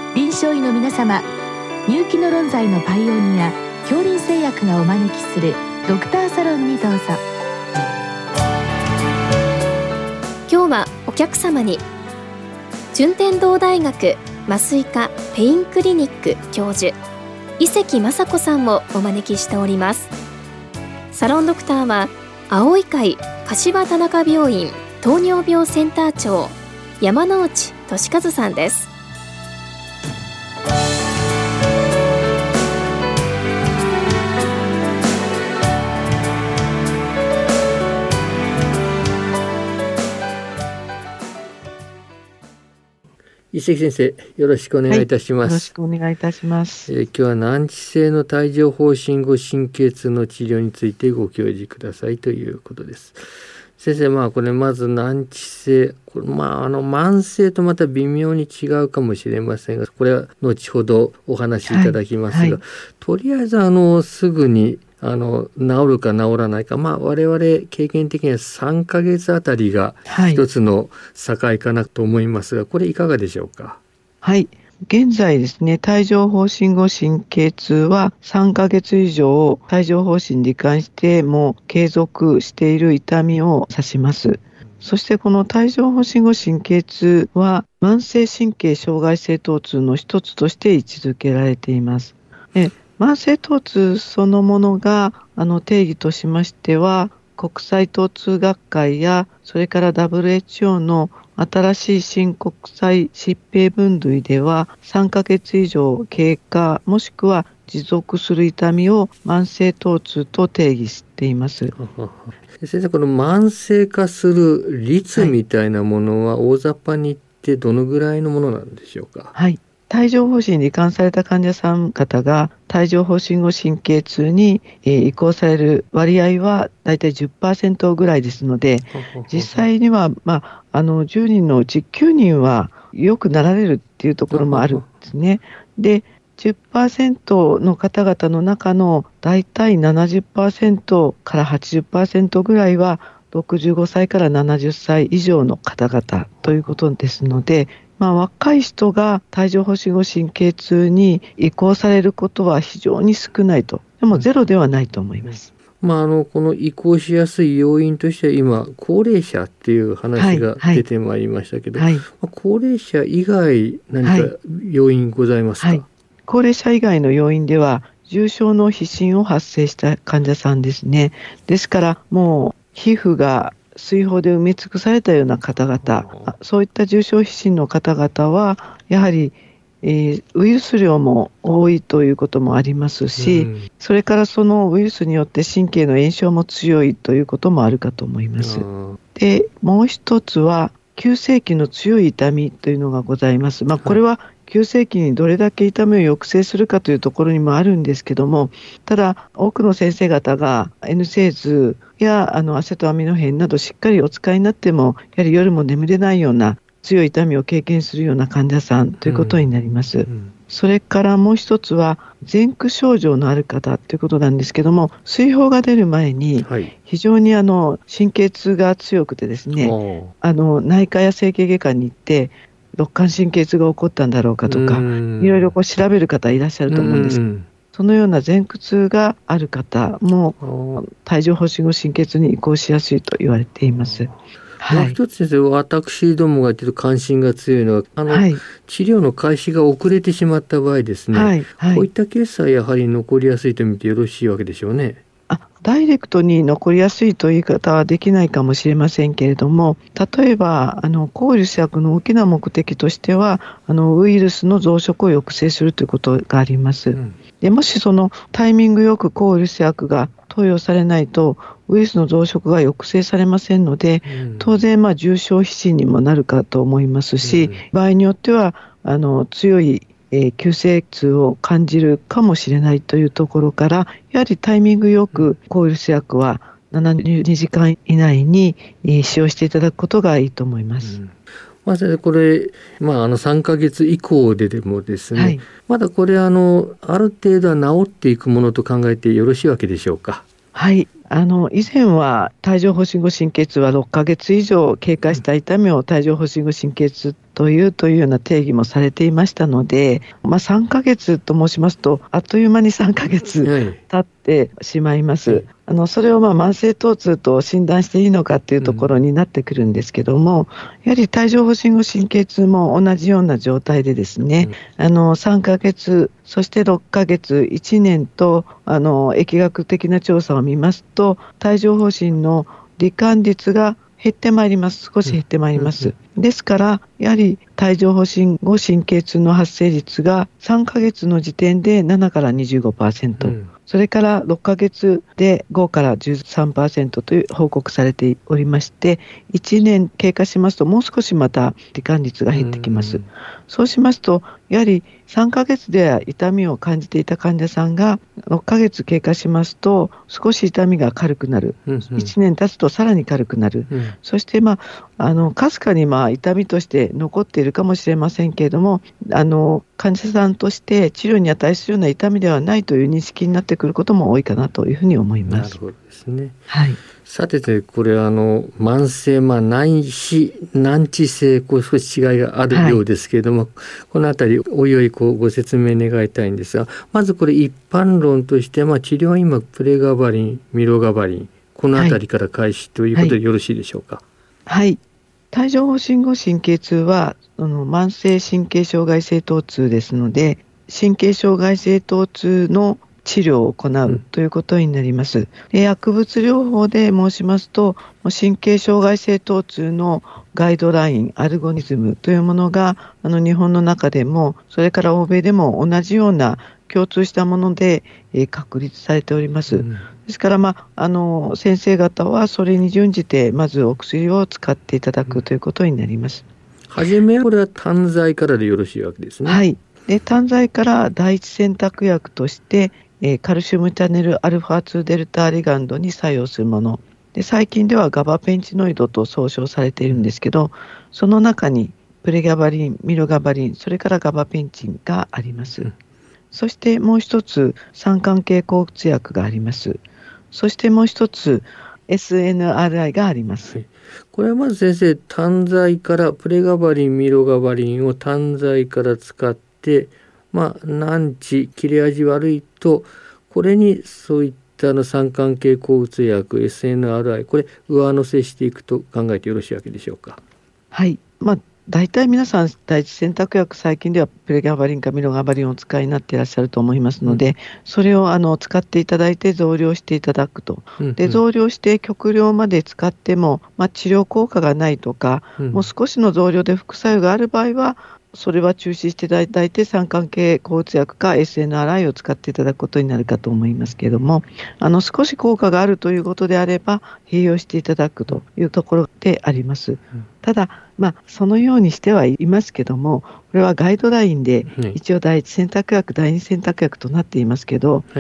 臨床医の皆様、入気の論剤のパイオニア杏林製薬がお招きするドクターサロンにどうぞ。 今日はお客様に順天堂大学麻酔科ペインクリニック教授井関雅子さんをお招きしております。サロンドクターは青い会柏田中病院糖尿病センター長山内俊和さんです。 井関先生、よろしくお願いいたします。 よろしくお願いいたします。 今日は難治性の帯状疱疹後神経痛の治療についてご教示くださいということです。先生、これまず難治性、慢性とまた微妙に違うかもしれませんが、これは後ほどお話しいただきますが、とりあえずすぐに治るか治らないか、我々経験的には3ヶ月あたりが一つの境かなと思いますが、これいかがでしょうか。 はい、現在ですね、帯状疱疹後神経痛は3ヶ月以上帯状疱疹に罹患しても継続している痛みを指します。そしてこの帯状疱疹後神経痛は慢性神経障害性疼痛の一つとして位置づけられています。慢性疼痛そのものが定義としましては、国際疼痛学会やそれから WHO の新しい新国際疾病分類では3ヶ月以上経過もしくは持続する痛みを慢性疼痛と定義しています。 先生、この慢性化する率みたいなものは大雑把に言ってどのぐらいのものなんでしょうか。 はい、帯状疱疹に罹患された患者さん方が帯状疱疹後神経痛に移行される割合はだいたい 10% ぐらいですので、実際には、10人のうち9人は良くなられるっていうところもあるんですね。で、10% の方々の中のだいたい 70% から 80% ぐらいは65歳から70歳以上の方々ということですので、若い人が帯状疱疹後神経痛に移行されることは非常に少ないと。でもゼロではないと思います。 この移行しやすい要因としては今高齢者っていう話が出てまいりましたけど、高齢者以外何か要因ございますか。 高齢者以外の要因では重症の皮疹を発生した患者さんですね。ですからもう皮膚が水疱で埋め尽くされたような方々、そういった重症皮疹の方々はやはり、ウイルス量も多いということもありますし、それからそのウイルスによって神経の炎症も強いということもあるかと思います。で、もう一つは急性期の強い痛みというのがございます。これは急性期にどれだけ痛みを抑制するかというところにもあるんですけども、ただ多くの先生方が N 製図やアセトアミノフェンなどしっかりお使いになってもやはり夜も眠れないような強い痛みを経験するような患者さんということになります。それからもう一つは前駆症状のある方ということなんですけども、水疱が出る前に非常に神経痛が強くてですね、内科や整形外科に行って肋間神経痛が起こったんだろうかとか、いろいろ調べる方いらっしゃると思うんです。そのような前駆痛がある方も帯状疱疹後神経痛に移行しやすいと言われています。 もう一つ先生、私どもがちょっと関心が強いのは治療の開始が遅れてしまった場合ですね、こういったケースはやはり残りやすいと見てよろしいわけでしょうね。 ダイレクトに残りやすいという言い方はできないかもしれませんけれども、例えば抗ウイルス薬の大きな目的としてはウイルスの増殖を抑制するということがあります。でもしそのタイミングよく抗ウイルス薬が投与されないとウイルスの増殖が抑制されませんので、当然重症皮疹にもなるかと思いますし、場合によっては強い急性痛を感じるかもしれないというところから、やはりタイミングよく抗ウイルス薬は72時間以内に使用していただくことがいいと思います。 これ、3ヶ月以降でもですね、まだこれある程度は治っていくものと考えてよろしいわけでしょうか。 はい、 以前は帯状疱疹後神経痛は6ヶ月以上経過した痛みを帯状疱疹後神経痛というような定義もされていましたので、3ヶ月と申しますとあっという間に3ヶ月経ってしまいます。それを慢性疼痛と診断していいのかというところになってくるんですけども、やはり帯状疱疹後神経痛も同じような状態でですね、3ヶ月そして6ヶ月1年と疫学的な調査を見ますと帯状疱疹の罹患率が減ってまいります。少し減ってまいります。ですからやはり帯状疱疹後神経痛の発生率が3ヶ月の時点で7から 25%、それから6ヶ月で5から 13% という報告されておりまして、1年経過しますともう少しまた罹患率が減ってきます。そうしますとやはり3ヶ月では痛みを感じていた患者さんが6ヶ月経過しますと少し痛みが軽くなる、1年経つとさらに軽くなる、そしてかすかに痛みとして残っているかもしれませんけれども、患者さんとして治療に値するような痛みではないという認識になってくることも多いかなというふうに思います。 なるほどですね。 はい、 さてこれ慢性ないし難治性少し違いがあるようですけれども、このあたりおいおいご説明願いたいんですが、まずこれ一般論として、治療は今プレガバリンミロガバリンこのあたりから開始ということでよろしいでしょうか。 はい、帯状疱疹後神経痛は慢性神経障害性疼痛ですので、神経障害性疼痛の治療を行うということになります。で、薬物療法で申しますと神経障害性疼痛のガイドラインアルゴリズムというものが日本の中でもそれから欧米でも同じような共通したもので確立されております。ですから、先生方はそれに準じてまずお薬を使っていただくということになります。 はじめこれは単剤からでよろしいわけですね。 はい。で、単剤から第一選択薬としてカルシウムチャネルアルファ2デルタリガンドに作用するもので、最近ではガバペンチノイドと総称されているんですけど、その中にプレガバリンミロガバリンそれからガバペンチンがあります。そしてもう一つ三環系抗うつ薬があります。そしてもう一つ SNRI があります。 これはまず先生単剤からプレガバリンミロガバリンを単剤から使って難治切れ味悪いとこれにそういった三環系抗うつ薬 SNRI これ上乗せしていくと考えてよろしいわけでしょうか。 はい、大体皆さん第一選択薬最近ではプレガバリンかミロガバリンをお使いになっていらっしゃると思いますので、それを使っていただいて増量していただくと、で増量して極量まで使っても、治療効果がないとか、もう少しの増量で副作用がある場合はそれは中止していただいて三環系抗うつ薬か SNRI を使っていただくことになるかと思いますけれども、少し効果があるということであれば併用していただくというところであります。ただそのようにしてはいますけども、これはガイドラインで一応第一選択薬第二選択薬となっていますけど、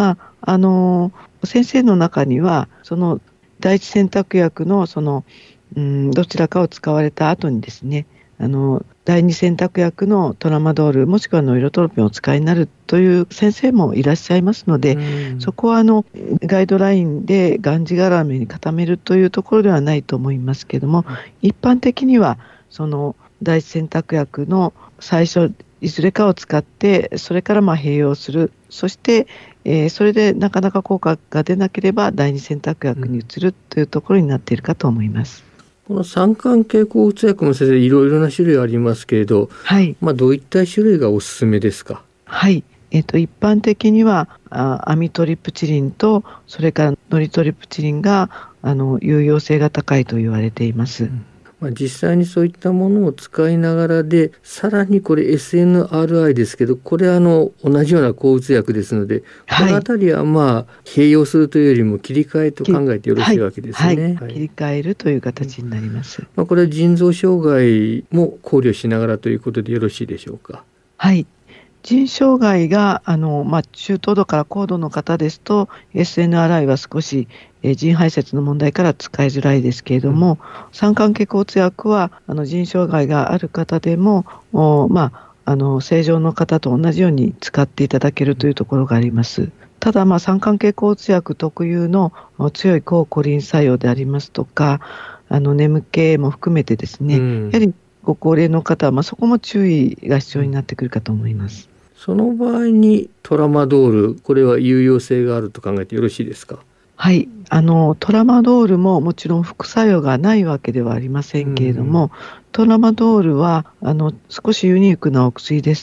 先生の中にはその第一選択薬のどちらかを使われた後にですね、第二選択薬のトラマドールもしくはノイロトロピンをお使いになるという先生もいらっしゃいますので、そこはガイドラインでがんじがらめに固めるというところではないと思いますけれども、一般的にはその第一選択薬の最初いずれかを使ってそれから併用する、そして、それでなかなか効果が出なければ第二選択薬に移るというところになっているかと思います。 この三環系抗うつ薬も先生いろいろな種類ありますけれど、どういった種類がおすすめですか。 はい、一般的にはアミトリプチリンとそれからノリトリプチリンが有用性が高いと言われています。 実際にそういったものを使いながらで、さらにこれ SNRI ですけど、これ同じような抗うつ薬ですので、このあたりは併用するというよりも切り替えと考えてよろしいわけですね。 切り替えるという形になります。 これは腎臓障害も考慮しながらということでよろしいでしょうか。 はい、腎障害が中等度から高度の方ですと SNRI は少し腎排泄の問題から使いづらいですけれども、三環系抗うつ薬は腎障害がある方でも正常の方と同じように使っていただけるというところがあります。ただ、三環経口痛薬特有の強い抗コリン作用でありますとか、眠気も含めてですね、やはりご高齢の方は、そこも注意が必要になってくるかと思います。 その場合にトラマドール、これは有用性があると考えてよろしいですか？ はい、トラマドールももちろん副作用がないわけではありませんけれども、トラマドールは少しユニークなお薬でして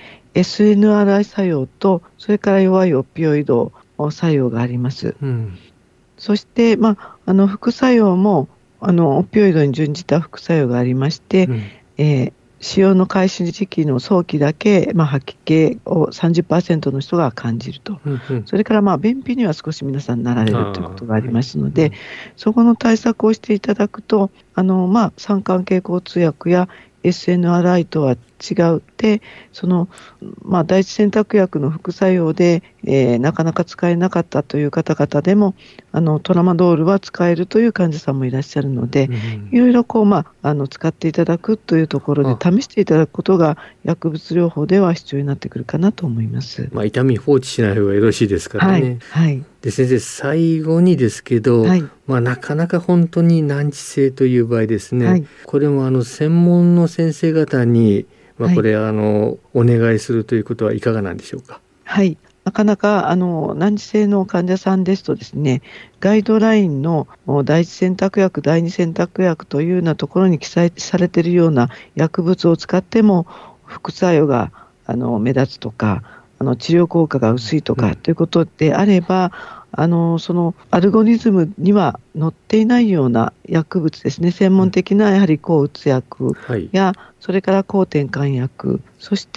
、SNRI 作用とそれから弱いオピオイド作用があります。そして、副作用もオピオイドに準じた副作用がありまして、使用の開始時期の早期だけ、吐き気を 30% の人が感じると、それから便秘には少し皆さんなられるということがありますので、そこの対策をしていただくと、三環経口痛薬や SNRI とは違って、第一選択薬の副作用で、なかなか使えなかったという方々でもトラマドールは使えるという患者さんもいらっしゃるので、いろいろ使っていただくというところで試していただくことが薬物療法では必要になってくるかなと思います。 痛み放置しない方がよろしいですからね。で先生、最後にですけど、なかなか本当に難治性という場合ですね、これも専門の先生方にこれお願いするということはいかがなんでしょうか？ なかなか難治性の患者さんですとですね、ガイドラインの第一選択薬、第二選択薬というようなところに記載されているような薬物を使っても副作用が目立つとか、治療効果が薄いとかということであれば、そのアルゴリズムには載っていないような薬物ですね、専門的なやはり抗うつ薬や、それから抗転換薬、そして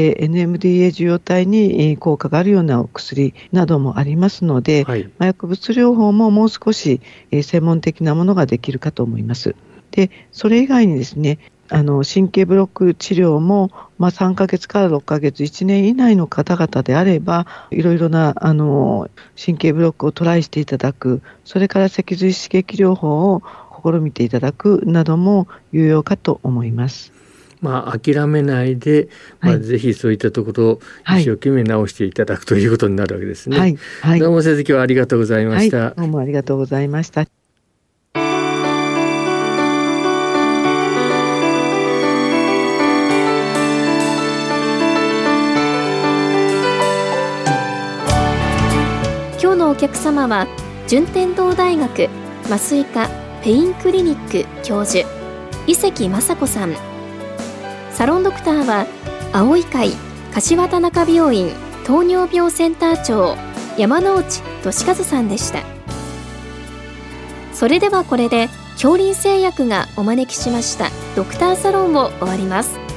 、NMDA 受容体に効果があるようなお薬などもありますので、薬物療法ももう少し、専門的なものができるかと思います。で、それ以外にですね、神経ブロック治療も、3ヶ月から6ヶ月、1年以内の方々であれば、いろいろな神経ブロックをトライしていただく、それから脊髄刺激療法を試みていただくなども有用かと思います。 諦めないで、ぜひそういったところを一生懸命直していただくということになるわけですね。どうも先生、今日はありがとうございました。 どうもありがとうございました。 今日のお客様は順天堂大学麻酔科ペインクリニック教授井関雅子さん、サロンドクターは青い会柏田中病院糖尿病センター長山内俊和さんでした。それではこれで杏林製薬がお招きしましたドクターサロンを終わります。